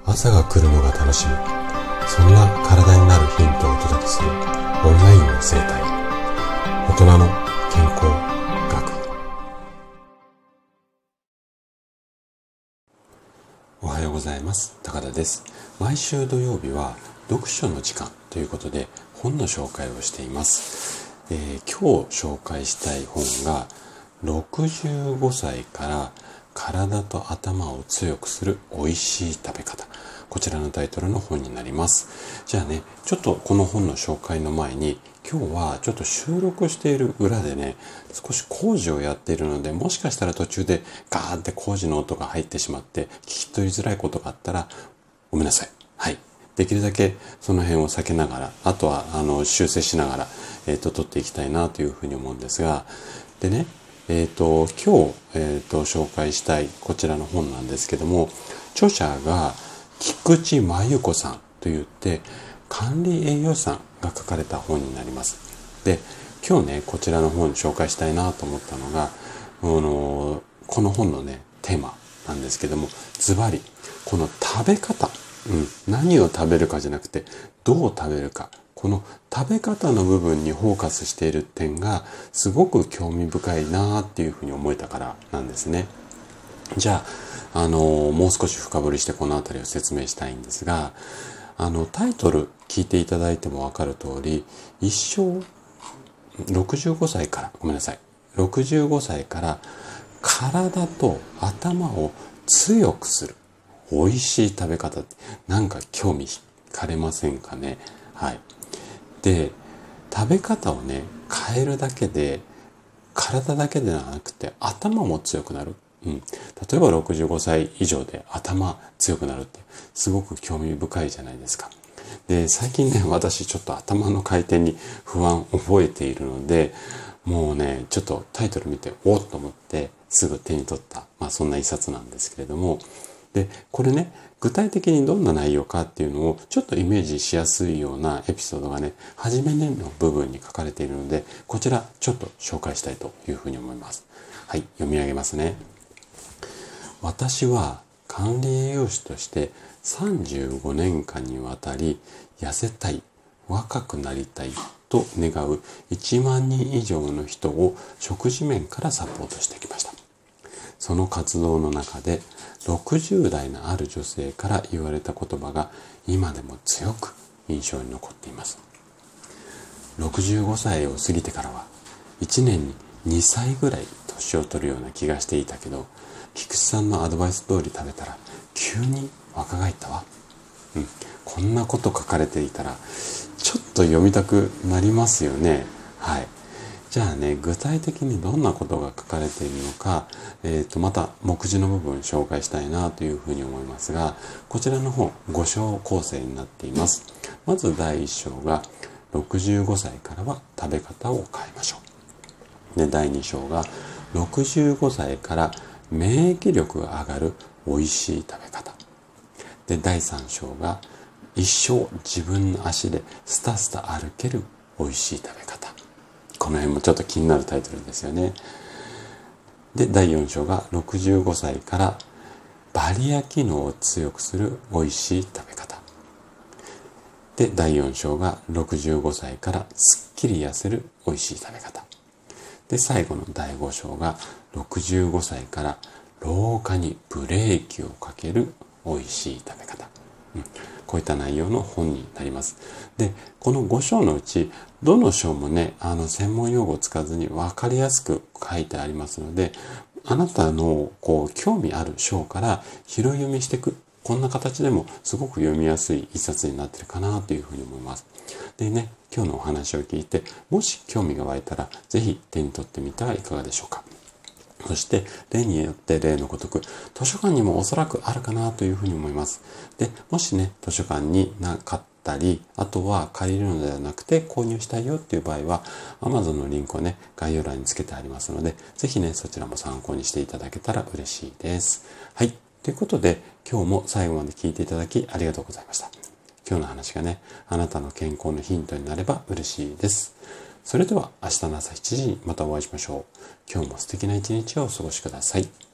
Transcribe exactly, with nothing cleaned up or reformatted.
朝が来るのが楽しみ、そんな体になるヒントをお届けするオンラインの生態、大人の健康学。おはようございます。高田です。毎週土曜日は読書の時間ということで本の紹介をしています。えー、今日紹介したい本がろくじゅうごさいから体と頭を強くする美味しい食べ方、こちらのタイトルの本になります。じゃあね、ちょっとこの本の紹介の前に、今日はちょっと収録している裏でね、少し工事をやっているので、もしかしたら途中でガーって工事の音が入ってしまって聞き取りづらいことがあったらごめんなさい。はい。できるだけその辺を避けながら、あとはあの修正しながら、えっと、撮っていきたいなというふうに思うんですが、でね、えっと、今日、えっと、紹介したいこちらの本なんですけども、著者が菊池真由子さんといって管理栄養士さんが書かれた本になります。で、今日ね、こちらの本紹介したいなと思ったのが、あのこの本のね、テーマなんですけども、ズバリ、この食べ方、うん、何を食べるかじゃなくて、どう食べるか、この食べ方の部分にフォーカスしている点がすごく興味深いなっていうふうに思えたからなんですね。じゃあ、あのもう少し深掘りしてこのあたりを説明したいんですが、あのタイトル聞いていただいても分かる通り、一生ろくじゅうごさいからごめんなさいろくじゅうごさいから体と頭を強くする美味しい食べ方って、なんか興味惹かれませんかね。はい。で、食べ方をね、変えるだけで体だけではなくて頭も強くなる。うん、例えばろくじゅうごさい以上で頭強くなるってすごく興味深いじゃないですか。で、最近ね、私ちょっと頭の回転に不安を覚えているので、もうね、ちょっとタイトル見ておっと思ってすぐ手に取った、まあそんな一冊なんですけれども、で、これね、具体的にどんな内容かっていうのをちょっとイメージしやすいようなエピソードがね、初めの部分に書かれているので、こちらちょっと紹介したいというふうに思います。はい、読み上げますね。私は管理栄養士としてさんじゅうごねんかんにわたり痩せたい、若くなりたいと願ういちまんにん以上の人を食事面からサポートしてきました。その活動の中でろくじゅうだいのある女性から言われた言葉が今でも強く印象に残っています。ろくじゅうごさいを過ぎてからはいちねんににさいぐらい年を取るような気がしていたけど、菊池さんのアドバイス通り食べたら急に若返ったわ。うん、こんなこと書かれていたらちょっと読みたくなりますよね。はい。じゃあね、具体的にどんなことが書かれているのか、えっと、また目次の部分紹介したいなというふうに思いますが、こちらの本ご章構成になっています。まずだいいち章がろくじゅうごさいからは食べ方を変えましょう。で、だいに章がろくじゅうごさいから免疫力が上がる美味しい食べ方。で、だいさん章が一生自分の足でスタスタ歩ける美味しい食べ方。この辺もちょっと気になるタイトルですよね。で、だいよん章がろくじゅうごさいからバリア機能を強くする美味しい食べ方。で、だいよん章がろくじゅうごさいからすっきり痩せる美味しい食べ方。で、最後のだいご章がろくじゅうごさいから老化にブレーキをかける美味しい食べ方。うん、こういった内容の本になります。で、このご章のうちどの章もね、あの専門用語を使わずに分かりやすく書いてありますので、あなたのこう興味ある章から拾い読みしていく、こんな形でもすごく読みやすい一冊になってるかなというふうに思います。でね、今日のお話を聞いて、もし興味が湧いたらぜひ手に取ってみてはいかがでしょうか。そして例によって例のごとく図書館にもおそらくあるかなというふうに思います。で、もしね、図書館になかったり、あとは借りるのではなくて購入したいよっていう場合は Amazon のリンクをね、概要欄につけてありますので、ぜひね、そちらも参考にしていただけたら嬉しいです。はい。ということで、今日も最後まで聞いていただきありがとうございました。今日の話がね、あなたの健康のヒントになれば嬉しいです。それでは明日の朝しちじにまたお会いしましょう。今日も素敵な一日をお過ごしください。